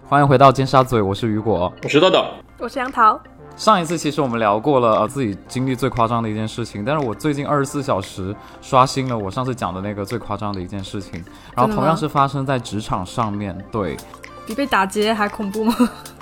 欢迎回到尖沙咀，我是雨果， 我是豆豆， 我是杨桃。 上一次其实我们聊过了自己经历最夸张的一件事情，但是我最近24小时刷新了我上次讲的那个最夸张的一件事情，然后同样是发生在职场上面。对， 比被打劫还恐怖吗？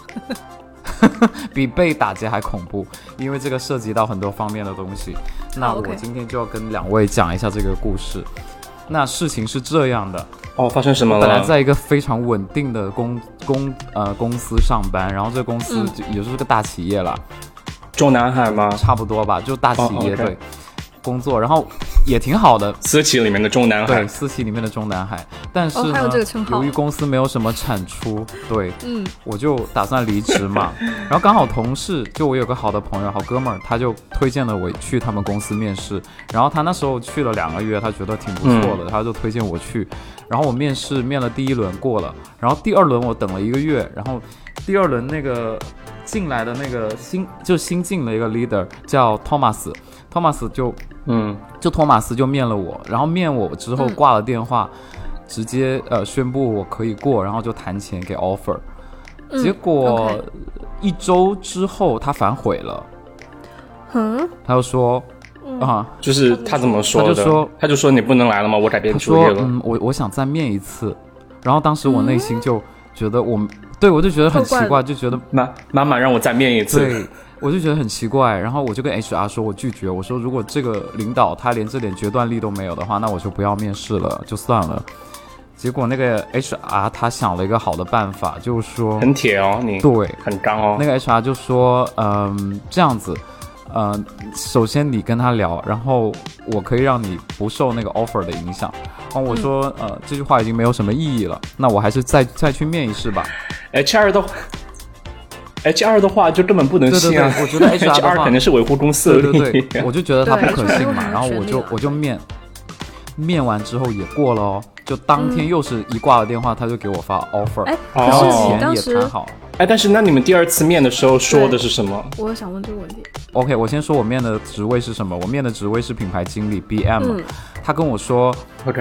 比被打劫还恐怖，因为这个涉及到很多方面的东西。那我今天就要跟两位讲一下这个故事。那事情是这样的发生什么了？ 本来在一个非常稳定的公司上班，然后这个公司也就是个大企业了， 中南海吗？ 差不多吧，就大企业、对，工作，然后也挺好的。 私企里面的中南海， 对，私企里面的中南海。但是呢， 还有这个称号， 由于公司没有什么产出，对，我就打算离职嘛。然后刚好同事，就我有个好的朋友、好哥们儿，他就推荐了我去他们公司面试。然后他那时候去了2个月，他觉得挺不错的，他就推荐我去。然后我面试面了第1轮过了，然后第2轮我等了1个月，然后第2轮那个进来的那个新进了一个 leader 叫 Thomas 就托马斯就面了我，然后面我之后挂了电话，直接宣布我可以过，然后就谈钱给 offer。结果1周之后他反悔了，他就说就是他怎么说的？他就说你不能来了吗？我改变主意了。 我想再面一次。然后当时我内心就觉得我就觉得很奇怪，就觉得妈妈让我再面一次。 对，我就觉得很奇怪。然后我就跟 HR 说我拒绝，我说如果这个领导他连这点决断力都没有的话，那我就不要面试了，就算了。结果那个 HR 他想了一个好的办法，就是说很铁哦，你对很刚哦。 那个 HR 就说这样子，首先你跟他聊，然后我可以让你不受那个 offer 的影响。我说这句话已经没有什么意义了，那我还是再去面一试吧。 HR 的话就根本不能信啊！ 对，我觉得 HR 的话肯定是维护公司的利益。 对，我就觉得他不可信嘛。然后我就面完之后也过了哦，就当天又是一挂了电话，他就给我发 offer，然后钱也谈好。 但是那你们第2次面的时候说的是什么？ 我想问这个问题。 OK， 我先说我面的职位是什么。我面的职位是品牌经理 BM。他跟我说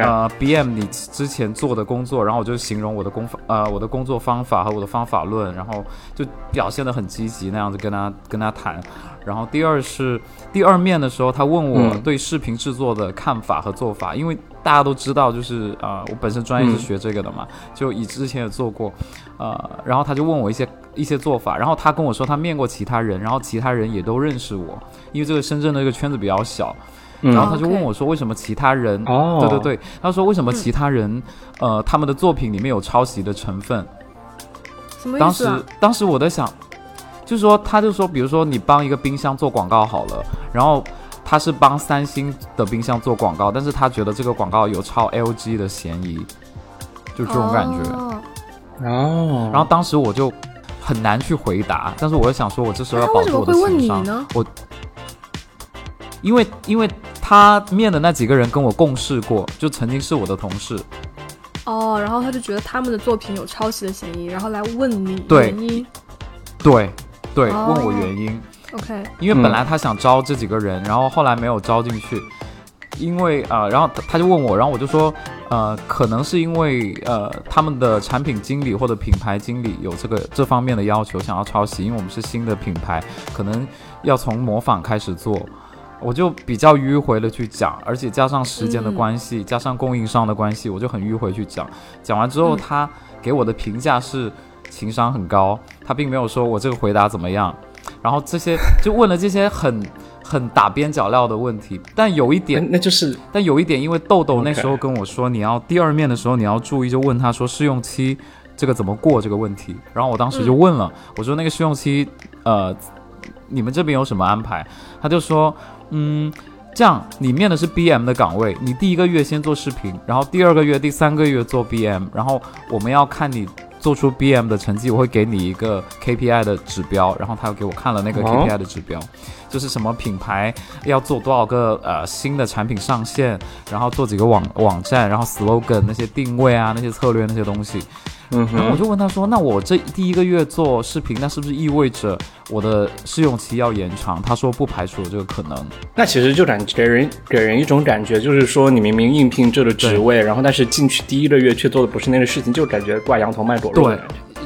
BM 你之前做的工作，然后我就形容我的工作方法和我的方法论，然后就表现得很积极那样子跟他谈。然后第二面的时候，他问我对视频制作的看法和做法，因为大家都知道，就是我本身专业是学这个的嘛，就之前也做过，然后他就问我一些做法，然后他跟我说他面过其他人，然后其他人也都认识我，因为这个深圳的这个圈子比较小。然后他就问我说为什么其他人对，他说为什么其他人他们的作品里面有抄袭的成分。 什么意思啊？ 当时我在想，就是说他就说比如说你帮一个冰箱做广告好了，然后他是帮3星的冰箱做广告，但是他觉得这个广告有抄 LG 的嫌疑，就这种感觉。然后当时我就很难去回答，但是我就想说我这时候要保住我的情商。因为他面的那几个人跟我共事过，就曾经是我的同事。 然后他就觉得他们的作品有抄袭的嫌疑，然后来问你原因。对， 问我原因。 OK， 因为本来他想招这几个人，然后后来没有招进去，因为然后他就问我，然后我就说可能是因为他们的产品经理或者品牌经理有这方面的要求，想要抄袭，因为我们是新的品牌，可能要从模仿开始做。我就比较迂回的去讲，而且加上时间的关系，加上供应商的关系，我就很迂回去讲。讲完之后，他给我的评价是情商很高，他并没有说我这个回答怎么样，然后这些就问了这些很打边角料的问题。但有一点，因为豆豆那时候跟我说，你要第2面的时候你要注意，就问他说试用期这个怎么过这个问题。然后我当时就问了，我说那个试用期你们这边有什么安排？他就说这样你面的是 BM 的岗位，你第1个月先做视频，然后第2个月第3个月做 BM， 然后我们要看你做出 BM 的成绩，我会给你一个 KPI 的指标。然后他又给我看了那个 KPI 的指标，就是什么品牌要做多少个新的产品上线，然后做几个网站，然后 slogan 那些定位啊，那些策略那些东西。然后我就问他说，那我这第1个月做视频，那是不是意味着我的试用期要延长？他说不排除有这个可能。 那其实就给人一种感觉，就是说你明明应聘这个职位，然后但是进去第1个月却做的不是那个事情，就感觉挂羊头卖狗肉的感觉。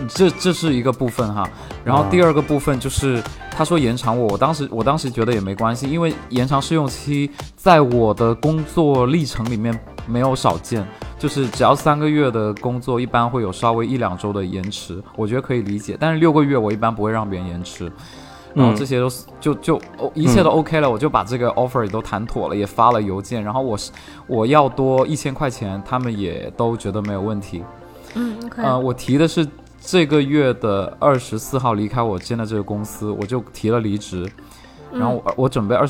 这是一个部分哈。然后第二个部分就是他说延长我当时觉得也没关系，因为延长试用期在我的工作历程里面没有少见，就是只要3个月的工作一般会有稍微1-2周的延迟，我觉得可以理解。但是6个月我一般不会让别人延迟。然后这些都就一切都 OK 了，我就把这个 offer 也都谈妥了，也发了邮件，然后我要多1000块钱，他们也都觉得没有问题。 OK。 我提的是这个月的24号离开我现在这个公司，我就提了离职，然后我准备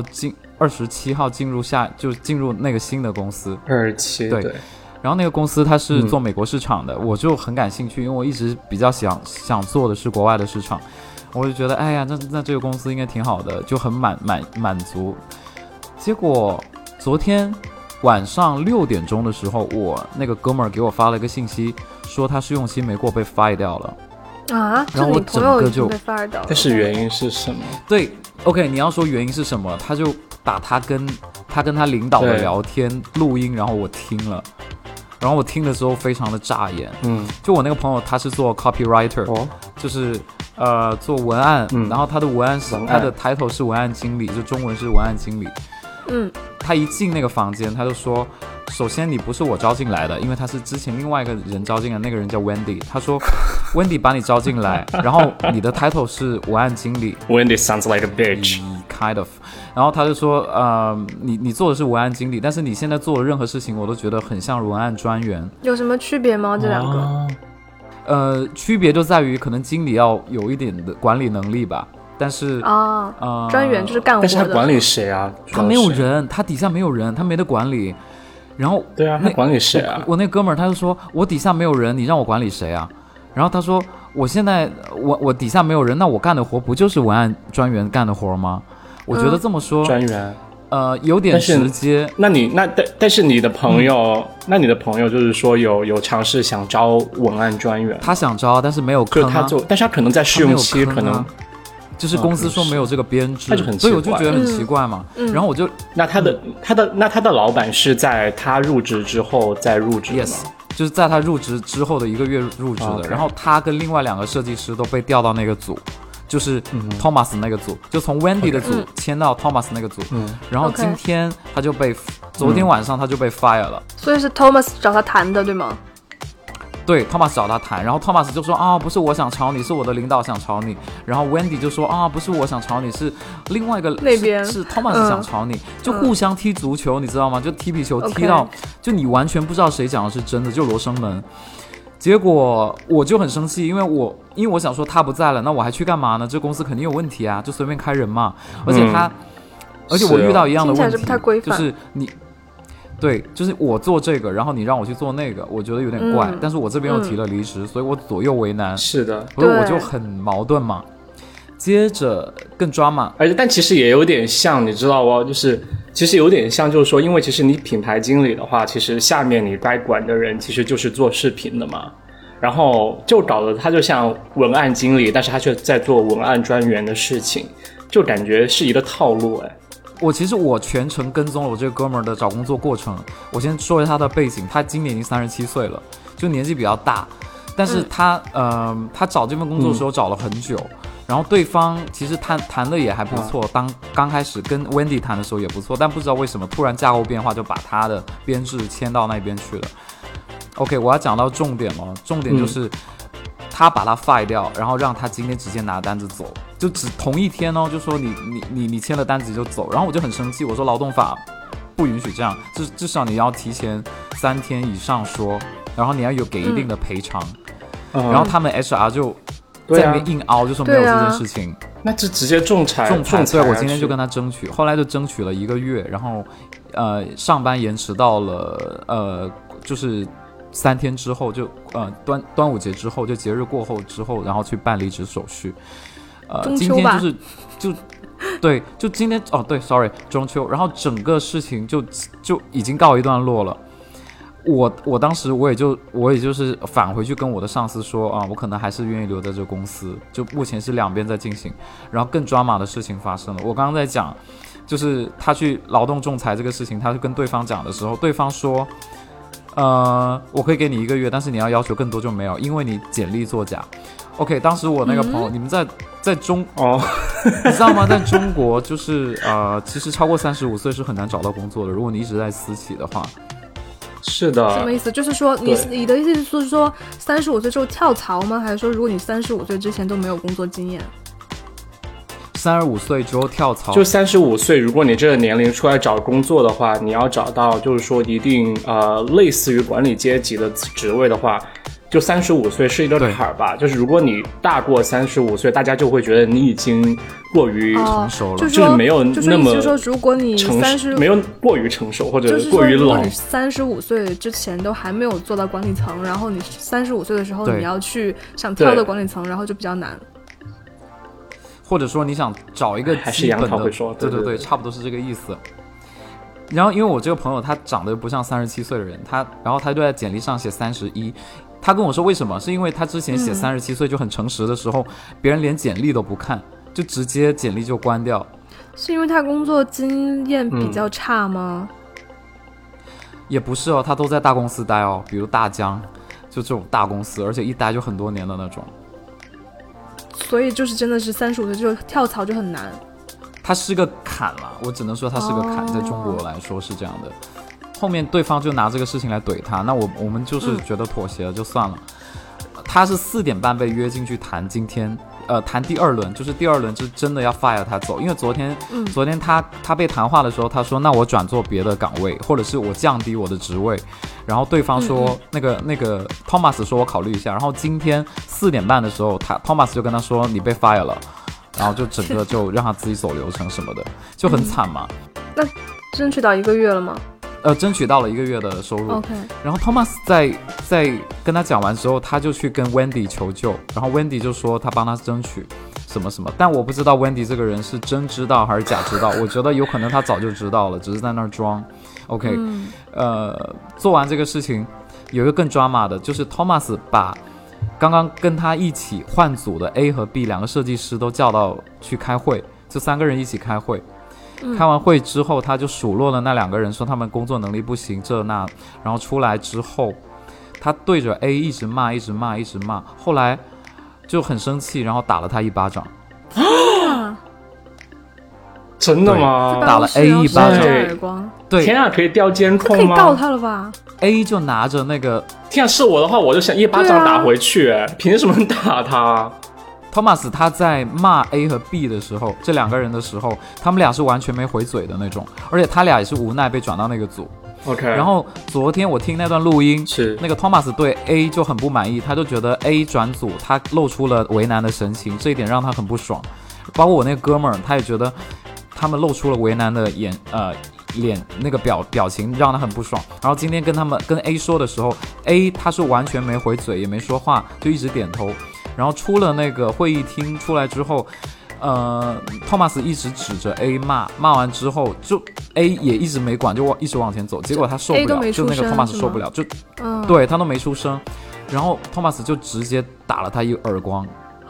27号进入那个新的公司。 27对。 然后那个公司它是做美国市场的，我就很感兴趣，因为我一直比较想做的是国外的市场。我就觉得，哎呀，那这个公司应该挺好的，就很满足。结果昨天晚上6点钟的时候，我那个哥们儿给我发了一个信息，说他试用期没过被 fire 掉了。 啊？ 然后我整个就被 fire 掉了。 但是原因是什么？ 对 ，OK， 你要说原因是什么，他就把他跟他领导的聊天录音，然后我听了。然后我听的时候非常的扎眼，就我那个朋友他是做 copywriter，就是做文案，然后他的文案是他的 title 是文案经理，就中文是文案经理。他一进那个房间，他就说，首先你不是我招进来的，因为他是之前另外一个人招进来，那个人叫 Wendy， 他说 Wendy 把你招进来，然后你的 title 是文案经理。 Wendy sounds like a bitch. Kind of. 然后他就说，你做的是文案经理，但是你现在做的任何事情，我都觉得很像文案专员。 有什么区别吗？这两个？区别就在于可能经理要有一点的管理能力吧。但是专员就是干活的。 但是他管理谁啊？ 他没有人，他底下没有人，他没得管理。然后对啊，他管理谁啊？ 我那哥们儿他就说，我底下没有人，你让我管理谁啊？然后他说，我现在我底下没有人，那我干的活不就是文案专员干的活吗？我觉得这么说， 专员有点直接。 但是你的朋友，那你的朋友就是说有尝试想招文案专员， 他想招，但是没有坑啊。 但是他可能在试用期可能。 就是公司说没有这个编制， 那就很奇怪， 所以我就觉得很奇怪嘛。然后我就那他的老板是在他入职之后再入职的吗？ Yes， 就是在他入职之后的1个月入职的。然后他跟另外2个设计师都被调到那个组，就是 Thomas 那个组，就从 Wendy 的组迁到 Thomas 那个组。然后今天他就被昨天晚上他就被 fire 了。 所以是 Thomas 找他谈的，对吗？ 对 ，Thomas 找他谈，然后 Thomas 就说啊，不是我想炒你，是我的领导想炒你。然后 Wendy 就说啊，不是我想炒你，是另外一个那边是 Thomas 想炒你，就互相踢足球，你知道吗？就踢皮球踢到，就你完全不知道谁讲的是真的，就罗生门。结果我就很生气，因为我想说他不在了，那我还去干嘛呢？这公司肯定有问题啊，就随便开人嘛。而且我遇到一样的问题，就是你。对，就是我做这个，然后你让我去做那个，我觉得有点怪。但是我这边又提了离职，所以我左右为难。 是的， 所以我就很矛盾嘛。接着更抓嘛， 但其实也有点像，你知道哦，就是其实有点像，就是说，因为其实你品牌经理的话，其实下面你该管的人其实就是做视频的嘛。然后就搞得他就像文案经理，但是他却在做文案专员的事情，就感觉是一个套路哎。 其实我全程跟踪了我这个哥们儿的找工作过程。我先说一下他的背景，他今年已经37岁了，就年纪比较大。但是他找这份工作的时候找了很久，然后对方其实谈的也还不错。刚开始跟 Wendy 谈的时候也不错，但不知道为什么突然架构变化，就把他的编制迁到那边去了。OK， 我要讲到重点了，重点就是他把他 fire 掉，然后让他今天直接拿单子走，就只同一天哦，就说你签了单子就走。然后我就很生气，我说劳动法不允许这样，至少你要提前3天以上说，然后你要有给一定的赔偿。然后他们 HR 就在那边硬凹，就说没有这件事情。 那就直接仲裁。 对，我今天就跟他争取，后来就争取了1个月，然后上班延迟到了就是3天之后，就端午节之后，就节日过后之后，然后去办离职手续。今天对，就今天对 ，sorry， 中秋，然后整个事情就已经告一段落了。我当时我也就是返回去跟我的上司说啊，我可能还是愿意留在这个公司。就目前是两边在进行，然后更抓马的事情发生了。我刚刚在讲，就是他去劳动仲裁这个事情，他去跟对方讲的时候，对方说， 我可以给你1个月，但是你要求更多就没有，因为你简历作假。OK， 当时我那个朋友，你们在你知道吗？在中国就是其实超过35岁是很难找到工作的，如果你一直在私企的话。 是的。 什么意思？就是说你的意思是说35岁之后跳槽吗？还是说如果你35岁之前都没有工作经验 ？35岁之后跳槽， 就35岁，如果你这个年龄出来找工作的话，你要找到就是说一定类似于管理阶级的职位的话，就35岁是一个坎儿吧。就是如果你大过35岁，大家就会觉得你已经过于成熟了， 就是没有那么就是说，如果你没有过于成熟或者过于老， 就是说你35岁之前都还没有做到管理层，然后你35岁的时候你要去想跳到管理层，然后就比较难。 或者说你想找一个基本的， 还是会说， 对，差不多是这个意思。然后因为我这个朋友他长得不像37岁的人，然后他就在简历上写31，他跟我说为什么，是因为他之前写37岁就很诚实的时候，别人连简历都不看，就直接简历就关掉。 是因为他工作经验比较差吗？ 也不是哦，他都在大公司待哦，比如大疆，就这种大公司，而且一待就很多年的那种。 所以就是真的是35岁就跳槽就很难， 它是个坎了，我只能说它是个坎，在中国来说是这样的。后面对方就拿这个事情来怼他，那我们就是觉得妥协了，就算了。他是4点半被约进去谈今天谈第2轮，就是第2轮是真的要 fire 他走，因为昨天他被谈话的时候，他说那我转做别的岗位，或者是我降低我的职位，然后对方说那个 Thomas 说我考虑一下，然后今天4点半的时候Thomas 就跟他说你被 fire 了，然后就整个就让他自己走流程什么的，就很惨嘛。 那争取到1个月了吗？ 争取到了1个月的收入。 OK， 然后 Thomas 在跟他讲完之后，他就去跟 Wendy 求救，然后 Wendy 就说他帮他争取什么什么，但我不知道 Wendy 这个人是真知道还是假知道，我觉得有可能他早就知道了，只是在那儿装。OK，做完这个事情，有一个更 drama 的，就是 Thomas 把刚刚跟他一起换组的 A 和 B 2个设计师都叫到去开会，就3个人一起开会。开完会之后，他就数落了那2个人，说他们工作能力不行这那，然后出来之后，他对着 A 一直骂，后来就很生气，然后打了他一巴掌。 真的吗？ 打了 A 一巴掌。对， 天啊，可以调监控吗？ 可以告他了吧 ？A 就拿着那个， 天啊，是我的话，我就想一巴掌打回去，凭什么打他 ？Thomas 他在骂 A 和 B 的时候，这2个人的时候，他们俩是完全没回嘴的那种，而且他俩也是无奈被转到那个组。 OK， 然后昨天我听那段录音， 是那个 Thomas 对 A 就很不满意，他就觉得 A 转组他露出了为难的神情，这一点让他很不爽。包括我那个哥们儿，他也觉得他们露出了为难的脸那个表情让他很不爽。然后今天跟 A 说的时候 ，A 他是完全没回嘴，也没说话，就一直点头。然后出了那个会议厅出来之后，Thomas 一直指着 A 骂完之后，就 A 也一直没管，就一直往前走。结果他受不了，就那个 Thomas 受不了，就对他都没出声，然后 Thomas 就直接打了他一耳光。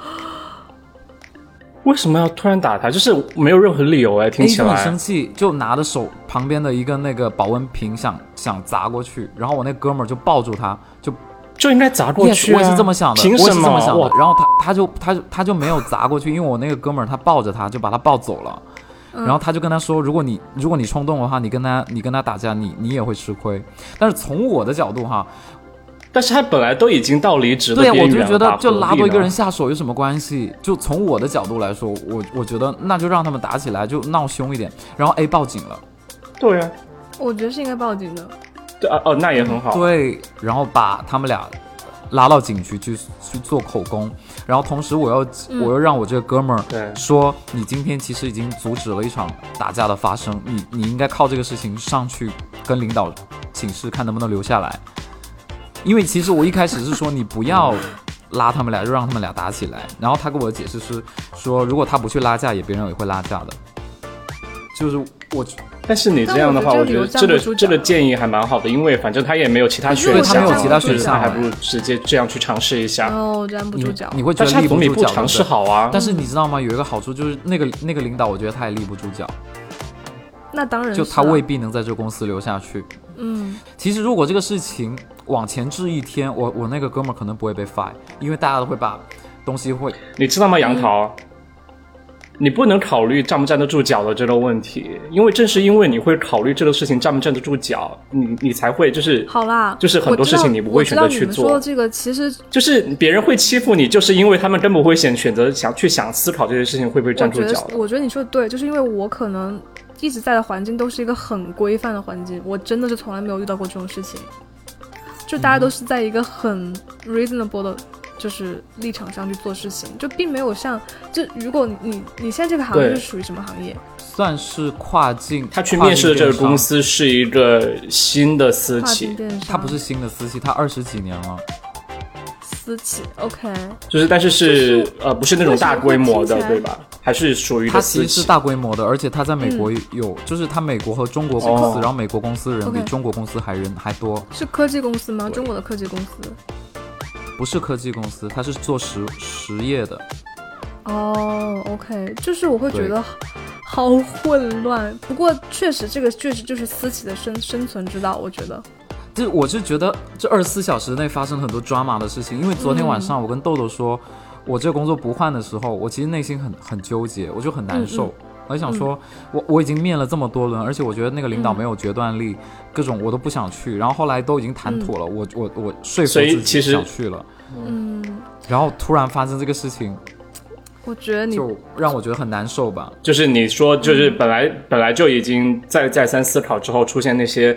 为什么要突然打他？就是没有任何理由听起来。 A 就很生气，就拿着手旁边的一个那个保温瓶想砸过去，然后我那哥们儿就抱住他， 就应该砸过去我也是这么想的， 凭什么？ 然后他就没有砸过去，因为我那个哥们儿他抱着他就把他抱走了，然后他就跟他说，如果你冲动的话，你跟他打架，你也会吃亏。但是从我的角度哈， 但是他本来都已经到离职的边缘了， 对，我就觉得就拉多一个人下手有什么关系？就从我的角度来说，我觉得那就让他们打起来，就闹凶一点。然后 A 报警了， 对啊， 我觉得是应该报警的。 对那也很好。 对，然后把他们俩拉到警局去做口供，然后同时我又让我这个哥们儿说，你今天其实已经阻止了一场打架的发生，你应该靠这个事情上去跟领导请示，看能不能留下来。因为其实我一开始是说你不要拉他们俩，就让他们俩打起来。然后他跟我的解释是说，如果他不去拉架，别人也会拉架的。就是我。 但是你这样的话，我觉得这个建议还蛮好的，因为反正他也没有其他选项，他还不如直接这样去尝试一下。 站不住脚。 你会觉得立不住脚， 尝试好啊。 但是你知道吗？有一个好处就是那个领导，我觉得他也立不住脚。 那当然是， 就他未必能在这个公司留下去。 其实如果这个事情往前置一天，我那个哥们儿可能不会被 fire， 因为大家都会把东西会， 你知道吗，杨桃？你不能考虑站不站得住脚的这个问题，因为正是因为你会考虑这个事情站不站得住脚，你才会就是好啦， 就是很多事情你不会选择去做。 我知道你们说的这个其实就是别人会欺负你，就是因为他们根本不会选择想思考这些事情会不会站住脚的。 我觉得你说的对，就是因为我可能一直在的环境都是一个很规范的环境，我真的是从来没有遇到过这种事情，就大家都是在一个很 reasonable 的就是立场上去做事情，就并没有像就如果你现在这个行业是属于什么行业？ 算是跨境。 他去面试的这个公司是一个新的私企， 他不是新的私企，他20几年了。 私企 OK， 就是但是不是那种大规模的，对吧？还是属于他其实是大规模的，而且他在美国有，就是他美国和中国公司，然后美国公司的人比中国公司还多。 是科技公司吗？中国的科技公司？ 不是科技公司，它是做实业的。 OK， 就是我会觉得好混乱。不过确实就是私企的生存之道，我觉得。 我是觉得这24小时内发生很多 drama 的事情，因为昨天晚上我跟豆豆说，我这个工作不换的时候，我其实内心很纠结，我就很难受。我想说，我已经面了这么多轮，而且我觉得那个领导没有决断力，各种我都不想去。然后后来都已经谈妥了，我说服自己想去了。然后突然发生这个事情， 我觉得就让我觉得很难受吧。 就是你说，就是本来就已经再三思考之后出现那些。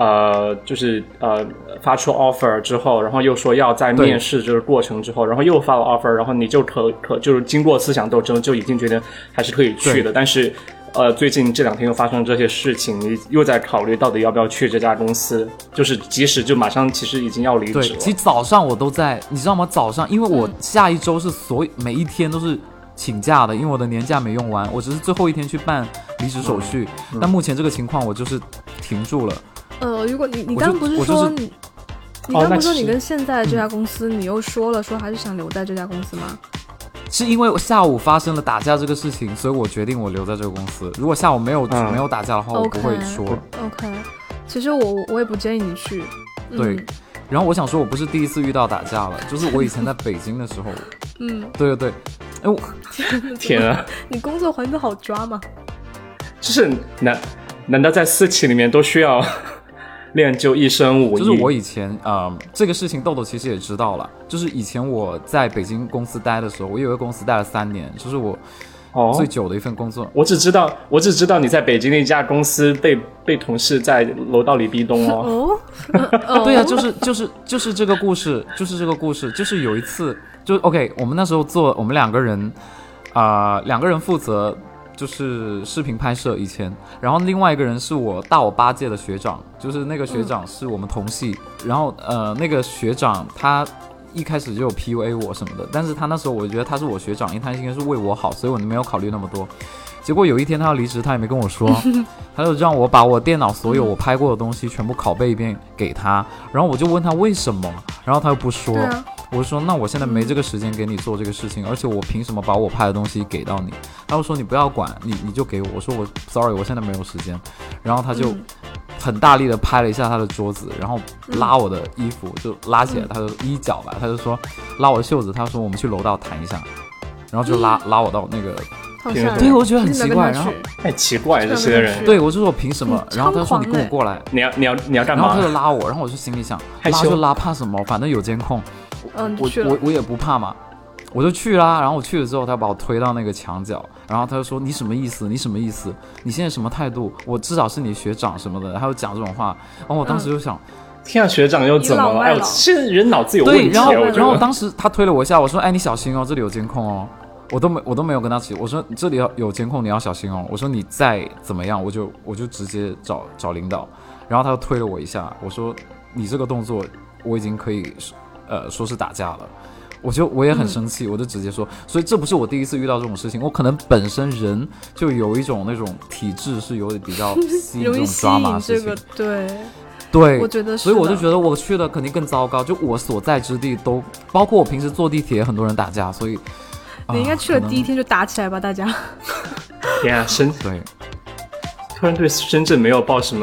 发出 offer 之后，然后又说要在面试这个过程之后，然后又发了 offer， 然后你就就是经过思想斗争，就已经觉得还是可以去的。但是最近这2天又发生这些事情，你又在考虑到底要不要去这家公司，就是即使就马上其实已经要离职了。 对，其实早上我都在，你知道吗？早上因为我下一周是每一天都是请假的，因为我的年假没用完，我只是最后一天去办离职手续。但目前这个情况我就是停住了。 如果你刚刚不是说你刚不是说你跟现在这家公司，你又说还是想留在这家公司吗？ 是因为下午发生了打架这个事情，所以我决定我留在这个公司。如果下午没有打架的话，我不会说。 OK， 其实我也不建议你去。 对，然后我想说，我不是第一次遇到打架了，就是我以前在北京的时候。对。哎， 天啊！ 你工作环境好抓吗？ 就是难道在私企里面都需要？练就一身武艺。 就是我以前这个事情豆豆其实也知道了，就是以前我在北京公司待的时候，我有一个公司待了3年，就是我最久的一份工作。 我只知道你在北京的一家公司被同事在楼道里逼咚哦。 对啊，就是这个故事，就是有一次就 OK， 我们那时候我们2个人负责。就是视频拍摄以前，然后另外一个人是大我8届的学长，就是那个学长是我们同系，然后那个学长他一开始就有 PUA 我什么的，但是他那时候我觉得他是我学长，因为他应该是为我好，所以我没有考虑那么多。结果有一天他要离职，他也没跟我说，他就让我把我电脑所有我拍过的东西全部拷贝一遍给他，然后我就问他为什么，然后他又不说。我就说那我现在没这个时间给你做这个事情，而且我凭什么把我拍的东西给到你？他就说你不要管，你就给我。我说我 sorry， 我现在没有时间。然后他就很大力的拍了一下他的桌子，然后拉我的衣服就拉起来，他就衣角吧，他就说拉我的袖子，他说我们去楼道谈一下，然后就拉我到那个。对，我觉得很奇怪，然后太奇怪这些人。 对，我就说我凭什么？然后他说你跟我过来， 你要干嘛？ 然后他就拉我，然后我就心里想，拉就拉，怕什么？反正有监控。我也不怕嘛，我就去啦。然后我去了之后，他把我推到那个墙角，然后他就说你什么意思？你什么意思？你现在什么态度？我至少是你学长什么的，他就讲这种话。然后我当时就想， 天啊，学长又怎么了？哎，现在人脑子有问题。 对，然后当时他推了我一下，我说哎，你小心哦，这里有监控哦。我都没有跟他起，我说这里有监控，你要小心哦。我说你再怎么样，我就直接找领导。然后他就推了我一下，我说你这个动作我已经可以说是打架了。我也很生气，我就直接说，所以这不是我第一次遇到这种事情，我可能本身人就有一种那种体质是有点比较吸引这种抓马事情，对， 我觉得是， 所以我就觉得我去了肯定更糟糕，就我所在之地都包括我平时坐地铁很多人打架，所以你应该去了第一天就打起来吧，大家。 天啊，对，突然对深圳没有抱什么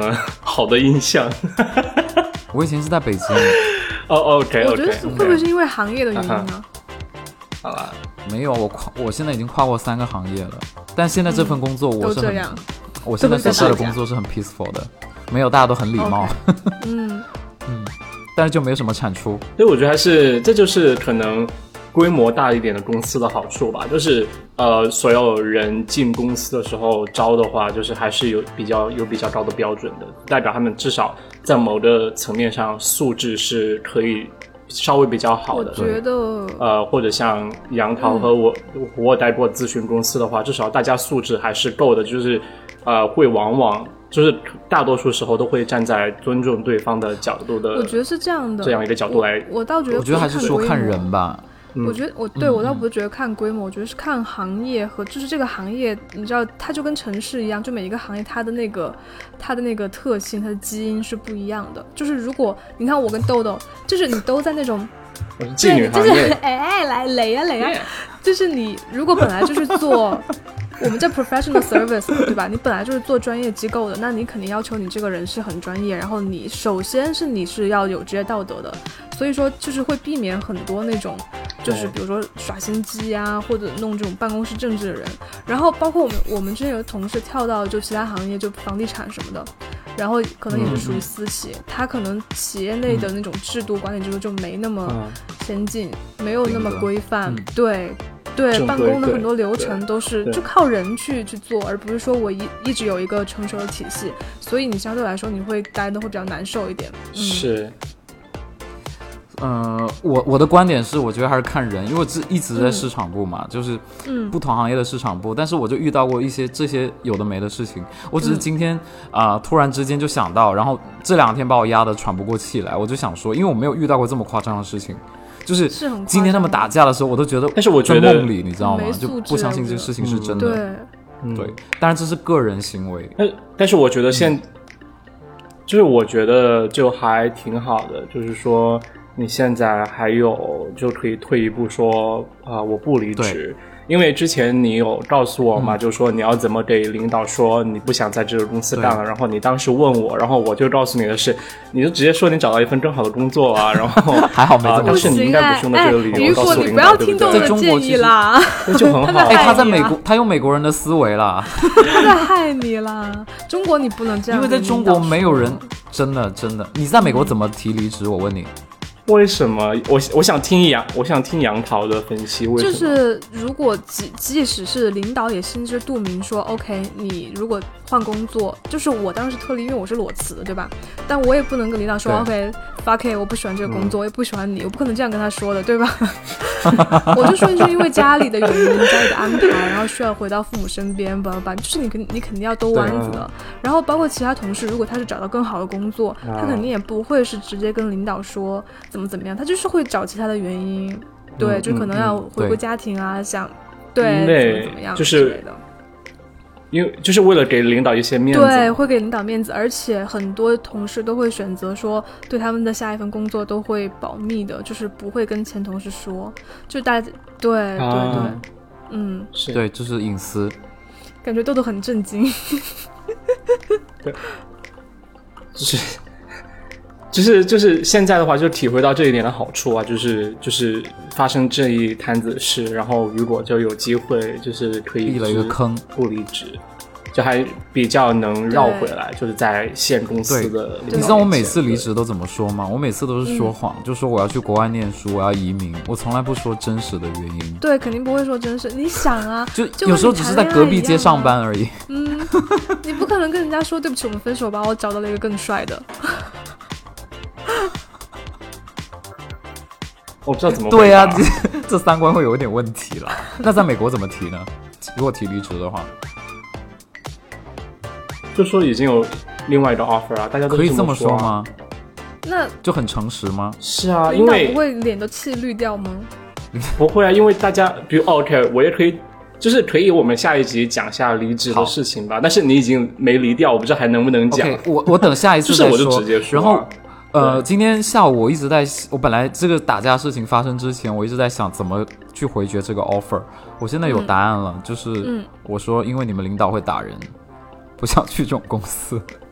好的印象。 我以前是在北京。 OK， 我觉得会不会是因为行业的原因呢？ 好了， 没有，我现在已经跨过3个行业了，但现在这份工作我是很，我现在所在的工作是很 peaceful 的，没有，大家都很礼貌。但是就没有什么产出。 所以我觉得这就是可能规模大一点的公司的好处吧，就是所有人进公司的时候招的话，就是还是有比较高的标准的，代表他们至少在某个层面上素质是可以稍微比较好的。 我觉得或者像杨桃和我带过咨询公司的话，至少大家素质还是够的，就是会往往就是大多数时候都会站在尊重对方的角度的， 我觉得是这样的， 这样一个角度来。 我倒觉得， 我觉得还是说看人吧。 我觉得我倒不是觉得看规模，我觉得是看行业和就是这个行业，你知道，它就跟城市一样，就每一个行业它的那个特性，它的基因是不一样的。就是如果你看我跟豆豆，就是你都在那种妓女行业， 就是来雷啊，就是你如果本来就是做。我们叫 professional service 对吧？你本来就是做专业机构的，那你肯定要求你这个人是很专业，然后你首先是你是要有职业道德的，所以说就是会避免很多那种就是比如说耍心机啊，或者弄这种办公室政治的人。然后包括我们之前有同事跳到就其他行业，就房地产什么的，然后可能也是属于私企，他可能企业内的那种制度管理制度就没那么先进，没有那么规范，对，办公的很多流程都是就靠人去做，而不是说我一直有一个成熟的体系，所以你相对来说你会待的会比较难受一点。 是。 我的观点是，我觉得还是看人，因为我一直在市场部嘛，就是不同行业的市场部，但是我就遇到过一些这些有的没的事情，我只是今天突然之间就想到，然后这2天把我压得喘不过气来，我就想说，因为我没有遇到过这么夸张的事情。就是今天他们打架的时候，我都觉得， 但是我觉得在梦里，你知道吗？就不相信这个事情是真的。对，当然这是个人行为。 但是我觉得就是我觉得就还挺好的，就是说你现在还有就可以退一步说我不离职。因为之前你有告诉我嘛，就是说你要怎么给领导说你不想在这个公司干了，然后你当时问我，然后我就告诉你的是，你就直接说你找到一份更好的工作啊，然后还好没这么说， 但是你应该不是用的这个理由告诉领导，对不对？ 在中国建议啦， 就很好。 他在美国，他用美国人的思维啦， 他在害你啦。中国你不能这样， 因为在中国没有人真的，你在美国怎么提离职？我问你。 为什么？我想听杨桃的分析。为什么？ 就是如果即使是领导也心知肚明说 OK， 你如果换工作，就是我当时特例，因为我是裸辞的，对吧？但我也不能跟领导说 OK fuck it， 我不喜欢这个工作，我也不喜欢你，我不可能这样跟他说的，对吧？我就说是因为家里的原因，家里的安排，然后需要回到父母身边，就是你肯定要兜弯子的。然后包括其他同事，如果他是找到更好的工作，他肯定也不会是直接跟领导说怎么样，他就是会找其他的原因，对，就可能要回归家庭啊，想对怎么样之类的。 因为就是为了给领导一些面子， 对，会给领导面子，而且很多同事都会选择说，对他们的下一份工作都会保密的，就是不会跟前同事说，就大家对， 是对，就是隐私。 感觉豆豆很震惊， 对，就是现在的话，就体会到这一点的好处啊，就是发生这一摊子事，然后如果就有机会，就是可以立了一个坑， 不离职，就还比较能绕回来，就是在现公司的。 你知道我每次离职都怎么说吗？我每次都是说谎，就说我要去国外念书，我要移民，我从来不说真实的原因。 对，肯定不会说真实。你想啊， 就有时候只是在隔壁街上班而已。 你不可能跟人家说对不起，我们分手吧，我找到了一个更帅的。 我不知道怎么对啊，这三观会有一点问题了。那在美国怎么提呢？如果提离职的话， 就说已经有另外一个 offer 啊，大家都可以这么说吗？ 那就很诚实吗？ 是啊，因为不会脸都气绿掉吗？ 不会啊，因为大家比如 OK， 我也可以。就是可以，我们下一集讲一下离职的事情吧。但是你已经没离掉，我不知道还能不能讲。 Okay, 我等下一次再说。 就是我就直接说。 然后今天下午我一直在，我本来这个打架事情发生之前，我一直在想怎么去回绝这个 offer。我现在有答案了，就是我说因为你们领导会打人，不想去这种公司。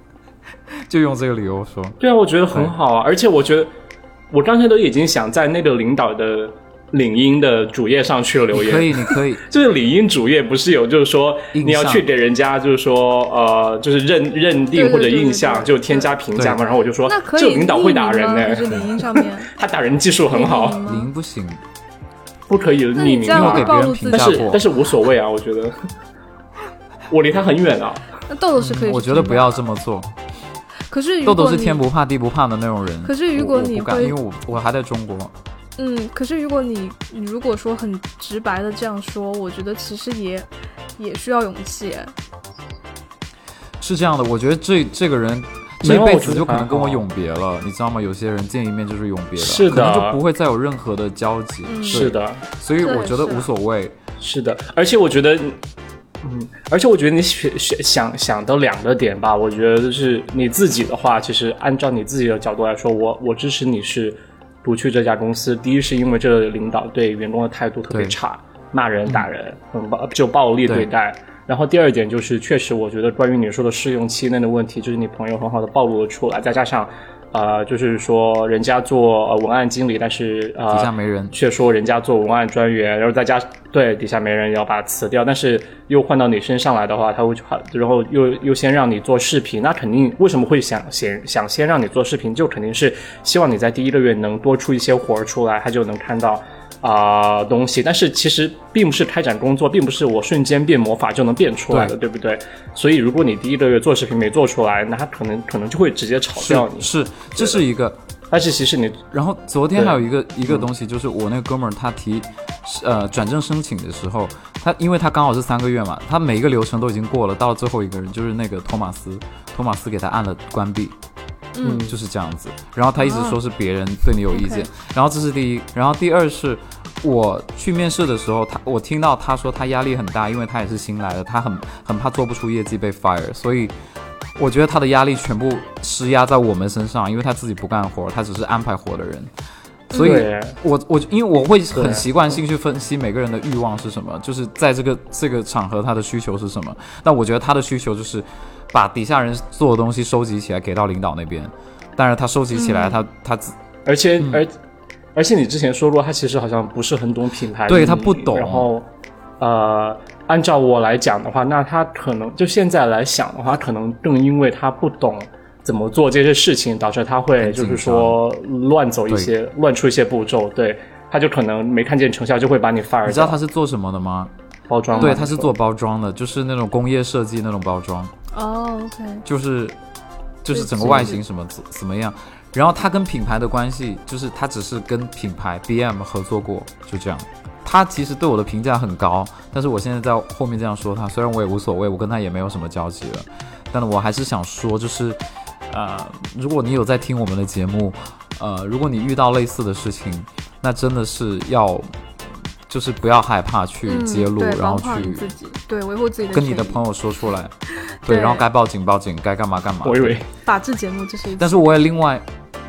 就用这个理由说。 对啊，我觉得很好啊，而且我觉得我刚才都已经想在那个领导的领英的主页上去留言。 你可以， 就是领英主页不是有就是说你要去给人家就是说就是认定或者印象就添加评价嘛，然后我就说这领导会打人呢， 就是领英上面他打人技术很好。 领英不行， 不可以匿名的， 给别人评价过， 但是无所谓啊，我觉得我离他很远啊。 那豆豆是可以， 我觉得不要这么做。 可是豆豆是天不怕地不怕的那种人。 可是如果你会， 因为我还在中国。 可是如果你如果说很直白的这样说，我觉得其实也需要勇气。 是这样的，我觉得这个人这辈子就可能跟我永别了，你知道吗？有些人见一面就是永别了， 是的， 可能就不会再有任何的交集。 是的， 所以我觉得无所谓。 是的，而且我觉得你想的两个点吧，我觉得就是你自己的话，其实按照你自己的角度来说，我支持你是不去这家公司。第一是因为这个领导对员工的态度特别差，骂人打人，就暴力对待。然后第二点就是，确实我觉得关于你说的试用期内的问题，就是你朋友很好的暴露了出来，再加上就是说人家做文案经理，但是底下没人， 却说人家做文案专员，然后再加对底下没人要把它辞掉，但是又换到你身上来的话，他会然后又先让你做视频，那肯定为什么会想先让你做视频，就肯定是希望你在第一个月能多出一些活出来，他就能看到东西。但是其实并不是开展工作，并不是我瞬间变魔法就能变出来的， 对不对？所以如果你第一个月做视频没做出来，那他可能就会直接炒掉你。 是这是一个。 但是其实你， 然后昨天还有一个东西，就是我那个哥们儿他提转正申请的时候，因为他刚好是3个月嘛，他每一个流程都已经过了，到了最后一个人就是那个托马斯给他按了关闭。就是这样子。然后他一直说是别人对你有意见，然后这是第一。然后第二是我去面试的时候，我听到他说他压力很大，因为他也是新来的，他很怕做不出业绩被 fire， 所以我觉得他的压力全部施压在我们身上，因为他自己不干活，他只是安排活的人。所以因为我会很习惯性去分析每个人的欲望是什么，就是在这个场合他的需求是什么。那我觉得他的需求就是把底下人做的东西收集起来给到领导那边，但是他收集起来他而且你之前说过他其实好像不是很懂品牌， 对，他不懂。 然后按照我来讲的话，那他可能就现在来想的话，可能更因为他不懂怎么做这些事情，导致他会就是说乱出一些步骤，对，他就可能没看见成效就会把你 fire 掉。 你知道他是做什么的吗？ 包装。 对，他是做包装的，就是那种工业设计那种包装。 OK。 就是整个外形什么怎么样，然后他跟品牌的关系就是他只是跟品牌 BM 合作过，就这样。他其实对我的评价很高，但是我现在在后面这样说他，虽然我也无所谓，我跟他也没有什么交集了，但我还是想说，就是如果你有在听我们的节目，如果你遇到类似的事情，那真的是就是不要害怕去揭露，然后去自己，对，维护自己的， 跟你的朋友说出来，对，然后该报警报警，该干嘛干嘛。 我以为法治节目这是一， 但是我也另外，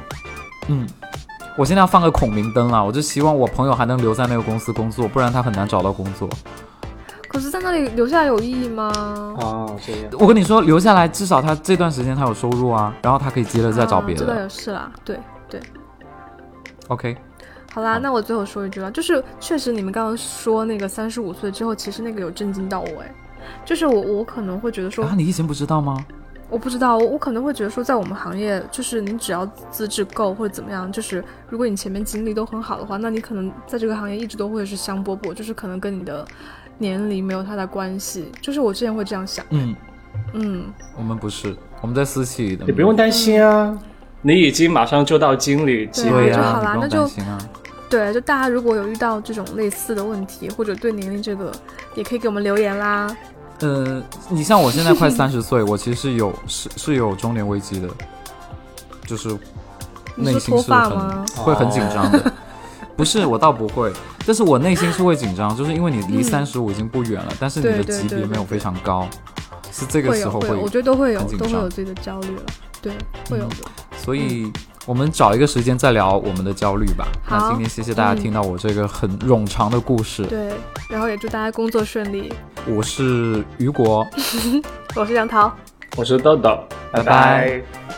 我现在要放个孔明灯啦，我就希望我朋友还能留在那个公司工作，不然他很难找到工作。 可是在那里留下来有意义吗？ 这样。 我跟你说，留下来至少他这段时间他有收入啊，然后他可以接着再找别的。 这个也是啦，对。 OK。 好啦，那我最后说一句吧，就是确实你们刚刚说那个35岁之后，其实那个有震惊到我，就是我可能会觉得说， 你以前不知道吗？ 我不知道，我可能会觉得说，在我们行业，就是你只要资质够或者怎么样，就是如果你前面经历都很好的话，那你可能在这个行业一直都会是香饽饽，就是可能跟你的年龄没有太大关系，就是我之前会这样想。 我们不是，我们在私企的， 你不用担心啊，你已经马上就到经理级了， 就好啦，那就对， 就大家如果有遇到这种类似的问题，或者对年龄这个，也可以给我们留言啦。 你像我现在快30岁，我其实是有中年危机的，就是内心是会很紧张的。不是，我倒不会，但是我内心是会紧张，就是因为你离35已经不远了，但是你的级别没有非常高，是这个时候会， 我觉得都会有自己的焦虑了，对，会有的。 所以我们找一个时间再聊我们的焦虑吧。那今天谢谢大家听到我这个很冗长的故事。 对，然后也祝大家工作顺利。 我是雨果， 我是杨桃， 我是豆豆。 拜拜